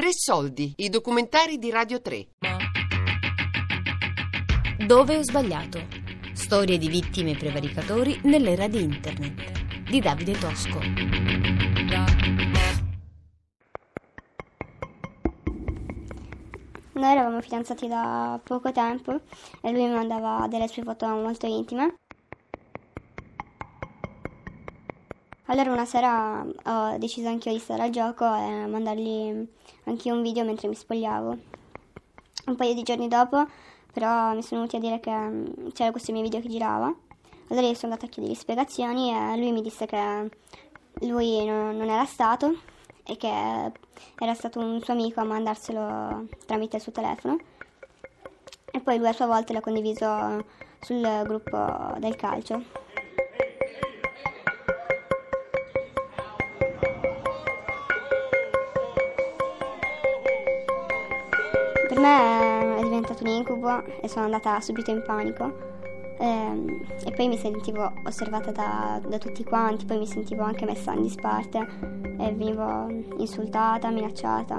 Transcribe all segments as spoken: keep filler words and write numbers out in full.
Tre soldi, i documentari di Radio tre. Dove ho sbagliato? Storie di vittime e prevaricatori nell'era di internet di Davide Tosco. Noi eravamo fidanzati da poco tempo e lui mi mandava delle sue foto molto intime. Allora una sera ho deciso anch'io di stare al gioco e mandargli anch'io un video mentre mi spogliavo. Un paio di giorni dopo però mi sono venuti a dire che c'era questo mio video che girava. Allora io sono andata a chiedere spiegazioni e lui mi disse che lui non, non era stato e che era stato un suo amico a mandarselo tramite il suo telefono. E poi lui a sua volta l'ha condiviso sul gruppo del calcio. Per me è diventato un incubo e sono andata subito in panico e, e poi mi sentivo osservata da, da tutti quanti, poi mi sentivo anche messa in disparte e venivo insultata, minacciata.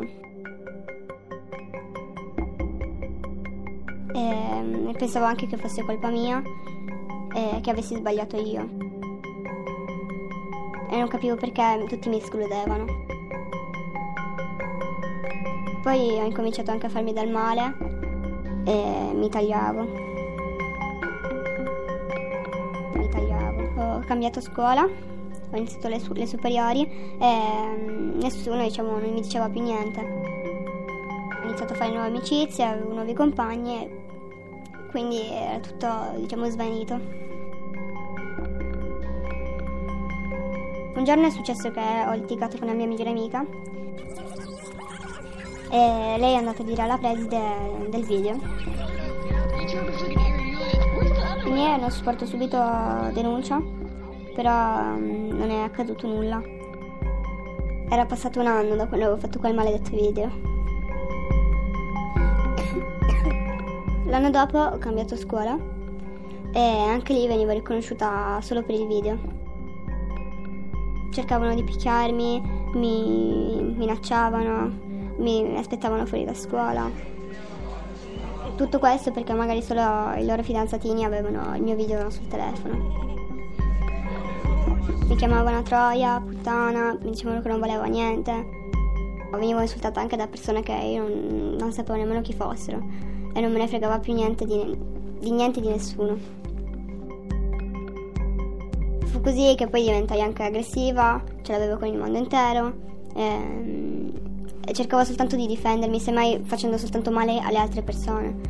E, e pensavo anche che fosse colpa mia e che avessi sbagliato io. E non capivo perché tutti mi escludevano. Poi ho incominciato anche a farmi del male e mi tagliavo. Mi tagliavo. Ho cambiato scuola, ho iniziato le, su- le superiori e nessuno, diciamo, non mi diceva più niente. Ho iniziato a fare nuove amicizie, avevo nuovi compagni e quindi era tutto, diciamo, svanito. Un giorno è successo che ho litigato con una mia migliore amica e lei è andata a dire alla preside del video. I miei hanno supportato subito denuncia, però um, non è accaduto nulla. Era passato un anno da quando avevo fatto quel maledetto video. L'anno dopo ho cambiato scuola e anche lì venivo riconosciuta solo per il video. Cercavano di picchiarmi, mi minacciavano, mi aspettavano fuori da scuola. Tutto questo perché magari solo i loro fidanzatini avevano il mio video sul telefono. Mi chiamavano Troia, puttana, mi dicevano che non volevo niente. Venivo insultata anche da persone che io non, non sapevo nemmeno chi fossero e non me ne fregava più niente di, di niente di nessuno. Fu così che poi diventai anche aggressiva, ce l'avevo con il mondo intero e, e cercavo soltanto di difendermi, semmai facendo soltanto male alle altre persone.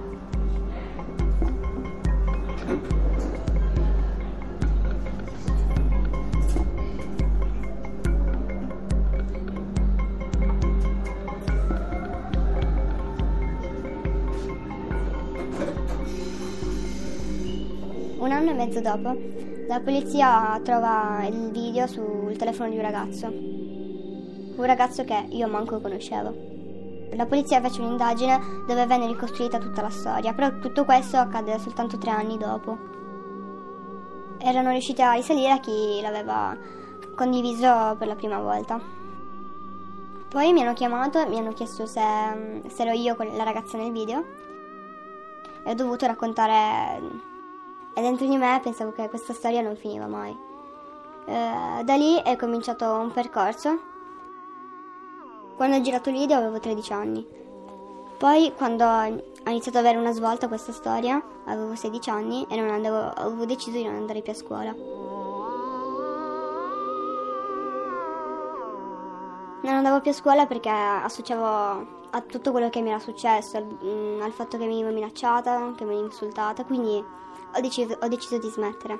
Un anno e mezzo dopo, la polizia trova il video sul telefono di un ragazzo. Un ragazzo che io manco conoscevo. La polizia fece un'indagine dove venne ricostruita tutta la storia, però tutto questo accadde soltanto tre anni dopo. Erano riusciti a risalire a chi l'aveva condiviso per la prima volta. Poi mi hanno chiamato e mi hanno chiesto se, se ero io con la ragazza nel video e ho dovuto raccontare. E dentro di me pensavo che questa storia non finiva mai. Eh, da lì è cominciato un percorso. Quando ho girato il video avevo tredici anni. Poi quando ho iniziato ad avere una svolta questa storia avevo sedici anni e non andavo, avevo deciso di non andare più a scuola. Non andavo più a scuola perché associavo a tutto quello che mi era successo, al, al fatto che venivo minacciata, che venivo insultata, quindi Ho deciso, ho deciso di smettere.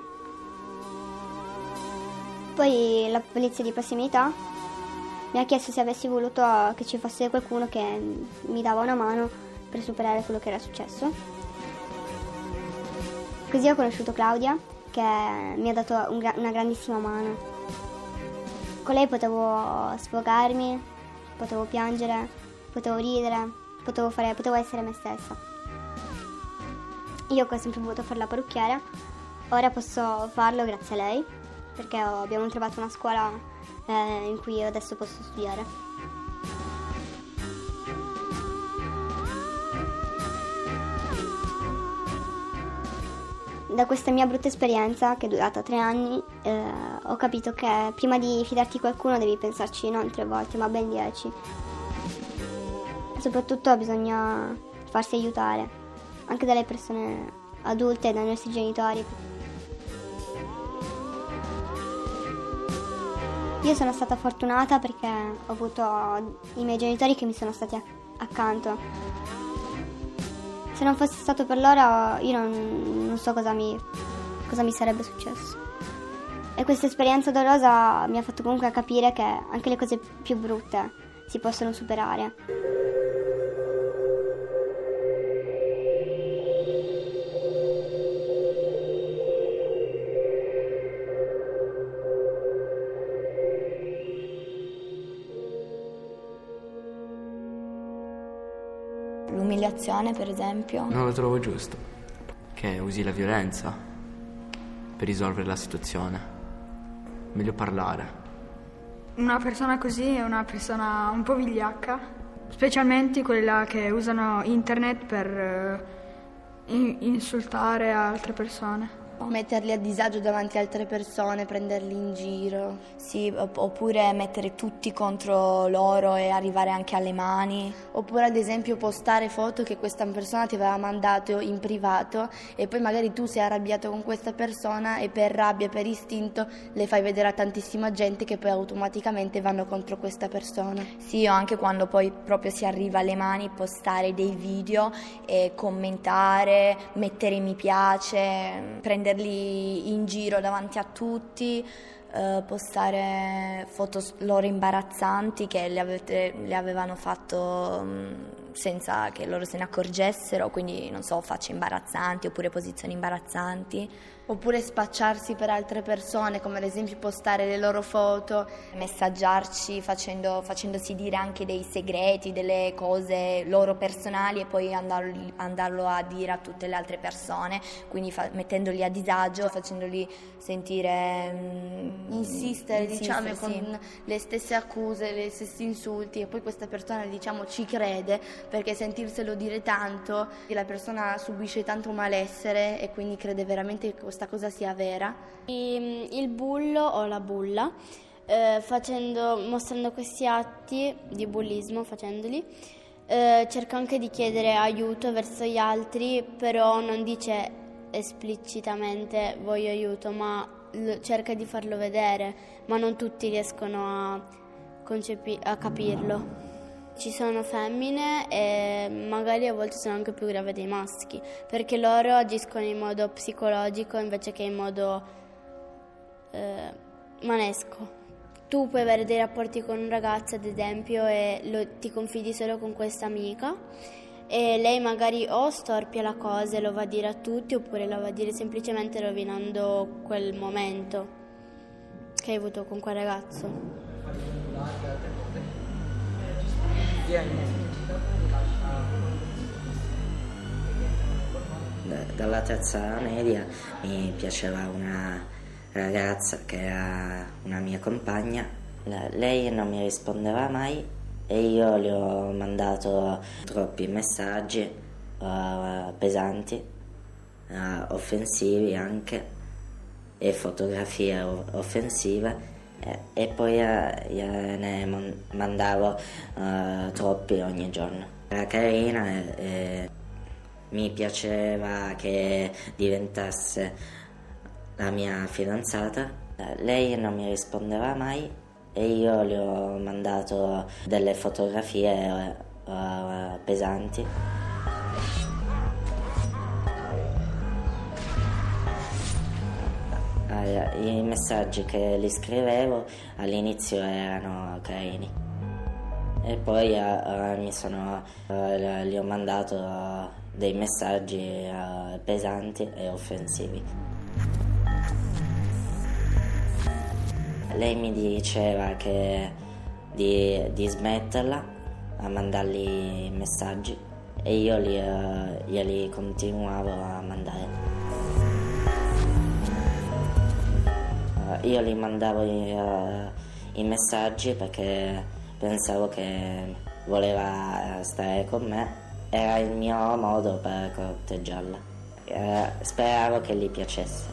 Poi la polizia di prossimità mi ha chiesto se avessi voluto che ci fosse qualcuno che mi dava una mano per superare quello che era successo. Così ho conosciuto Claudia, che mi ha dato un, una grandissima mano. Con lei potevo sfogarmi, potevo piangere, potevo ridere, potevo, fare, potevo essere me stessa. Io ho sempre voluto fare la parrucchiera, ora posso farlo grazie a lei, perché ho, abbiamo trovato una scuola eh, in cui io adesso posso studiare. Da questa mia brutta esperienza, che è durata tre anni, eh, ho capito che prima di fidarti di qualcuno devi pensarci non tre volte, ma ben dieci. Soprattutto bisogna farsi aiutare, anche dalle persone adulte, dai nostri genitori. Io sono stata fortunata perché ho avuto i miei genitori che mi sono stati accanto. Se non fosse stato per loro io non, non so cosa mi, cosa mi sarebbe successo. E questa esperienza dolorosa mi ha fatto comunque capire che anche le cose più brutte si possono superare. L'umiliazione, per esempio. Non lo trovo giusto, che usi la violenza per risolvere la situazione. Meglio parlare. Una persona così è una persona un po' vigliacca, specialmente quella che usano internet per uh, insultare altre persone. Metterli a disagio davanti a altre persone, prenderli in giro. Sì, oppure mettere tutti contro loro e arrivare anche alle mani. Oppure ad esempio postare foto che questa persona ti aveva mandato in privato e poi magari tu sei arrabbiato con questa persona e per rabbia, per istinto le fai vedere a tantissima gente che poi automaticamente vanno contro questa persona. Sì, o anche quando poi proprio si arriva alle mani, postare dei video e commentare, mettere mi piace, prendere in giro davanti a tutti, eh, postare foto loro imbarazzanti che le, avete, le avevano fatto mh, senza che loro se ne accorgessero, quindi non so, facce imbarazzanti oppure posizioni imbarazzanti. Oppure spacciarsi per altre persone, come ad esempio postare le loro foto. Messaggiarci facendo, facendosi dire anche dei segreti, delle cose loro personali e poi andarli, andarlo a dire a tutte le altre persone, quindi fa, mettendoli a disagio, facendoli sentire... Mh, insistere, insistere diciamo, sì. con le stesse accuse, gli stessi insulti, e poi questa persona, diciamo, ci crede, perché sentirselo dire tanto, la persona subisce tanto malessere e quindi crede veramente che questa cosa sia vera. Il bullo o la bulla, eh, facendo, mostrando questi atti di bullismo, facendoli, eh, cerca anche di chiedere aiuto verso gli altri, però non dice esplicitamente voglio aiuto, ma lo, cerca di farlo vedere, ma non tutti riescono a, concepi- a capirlo. Ci sono femmine e magari a volte sono anche più gravi dei maschi, perché loro agiscono in modo psicologico invece che in modo eh, manesco. Tu puoi avere dei rapporti con un ragazzo, ad esempio, e lo, ti confidi solo con questa amica e lei magari o storpia la cosa e lo va a dire a tutti, oppure lo va a dire semplicemente rovinando quel momento che hai avuto con quel ragazzo. Dalla terza media mi piaceva una ragazza che era una mia compagna. Lei non mi rispondeva mai e io le ho mandato troppi messaggi uh, pesanti, uh, offensivi anche, e fotografie offensive. E poi eh, ne mon- mandavo eh, troppi ogni giorno. Era carina e, e mi piaceva che diventasse la mia fidanzata. Lei non mi rispondeva mai e io le ho mandato delle fotografie eh, pesanti. I messaggi che gli scrivevo all'inizio erano carini e poi uh, mi sono, uh, gli ho mandato uh, dei messaggi uh, pesanti e offensivi. Lei mi diceva che di, di smetterla a mandargli messaggi e io li, uh, glieli continuavo a mandare. Io gli mandavo i, uh, i messaggi perché pensavo che voleva stare con me, era il mio modo per corteggiarla. eh, speravo che gli piacesse.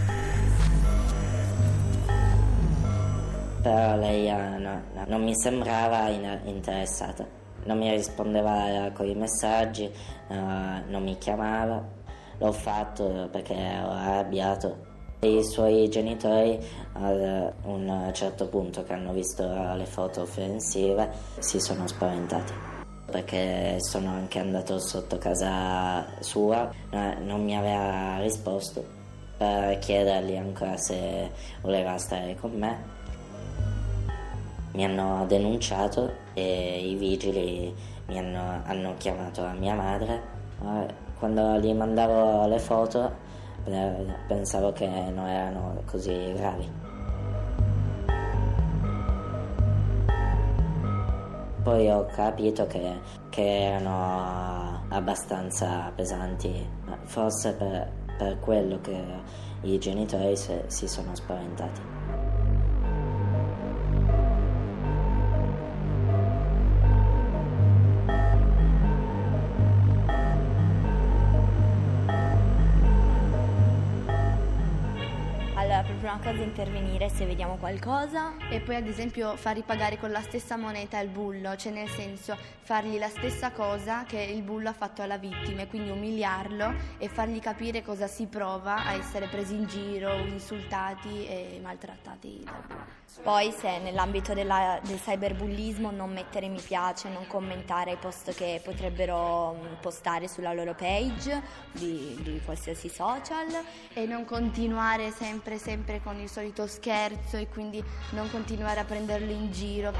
Però lei eh, no, no, non mi sembrava in- interessata, non mi rispondeva con i messaggi, eh, non mi chiamava. L'ho fatto perché ero arrabbiato. I suoi genitori ad un certo punto, che hanno visto le foto offensive, si sono spaventati, perché sono anche andato sotto casa sua, non mi aveva risposto per chiedergli ancora se voleva stare con me. Mi hanno denunciato e i vigili mi hanno, hanno chiamato a mia madre. Quando gli mandavo le foto pensavo che non erano così gravi. Poi ho capito che, che erano abbastanza pesanti, forse per, per quello che i genitori se, si sono spaventati. La prima cosa è intervenire se vediamo qualcosa. E poi ad esempio far ripagare con la stessa moneta il bullo, cioè nel senso fargli la stessa cosa che il bullo ha fatto alla vittima, e quindi umiliarlo e fargli capire cosa si prova a essere presi in giro, insultati e maltrattati dal bullo. Poi se nell'ambito della, del cyberbullismo non mettere mi piace, non commentare i post che potrebbero postare sulla loro page di, di qualsiasi social, e non continuare sempre sempre con il solito scherzo, e quindi non continuare a prenderlo in giro.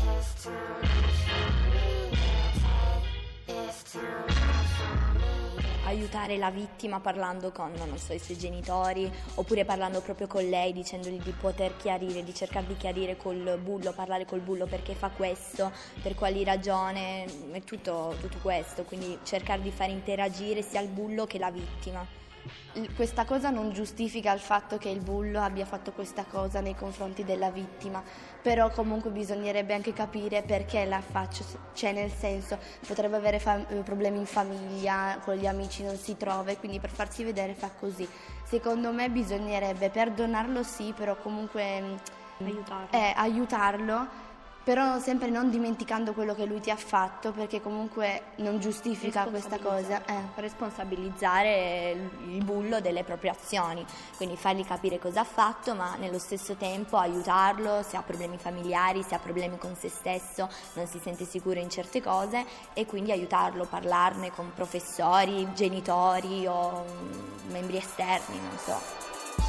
Aiutare la vittima parlando con, non so, i suoi genitori, oppure parlando proprio con lei, dicendogli di poter chiarire, di cercare di chiarire col bullo, parlare col bullo perché fa questo, per quali ragioni, e tutto, tutto questo, quindi cercare di far interagire sia il bullo che la vittima. Questa cosa non giustifica il fatto che il bullo abbia fatto questa cosa nei confronti della vittima, però comunque bisognerebbe anche capire perché la faccio, cioè nel senso potrebbe avere fa- problemi in famiglia, con gli amici non si trova, e quindi per farsi vedere fa così. Secondo me bisognerebbe perdonarlo, sì, però comunque aiutarlo. Eh, aiutarlo, però sempre non dimenticando quello che lui ti ha fatto, perché comunque non giustifica questa cosa. Eh. Responsabilizzare il bullo delle proprie azioni, quindi fargli capire cosa ha fatto, ma nello stesso tempo aiutarlo se ha problemi familiari, se ha problemi con se stesso, non si sente sicuro in certe cose, e quindi aiutarlo, parlarne con professori, genitori o membri esterni, non so.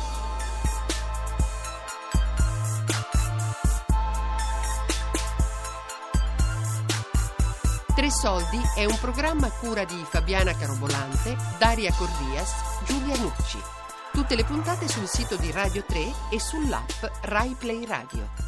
Tre Soldi è un programma a cura di Fabiana Carobolante, Daria Corrias, Giulia Nucci. Tutte le puntate sul sito di Radio tre e sull'app Rai Play Radio.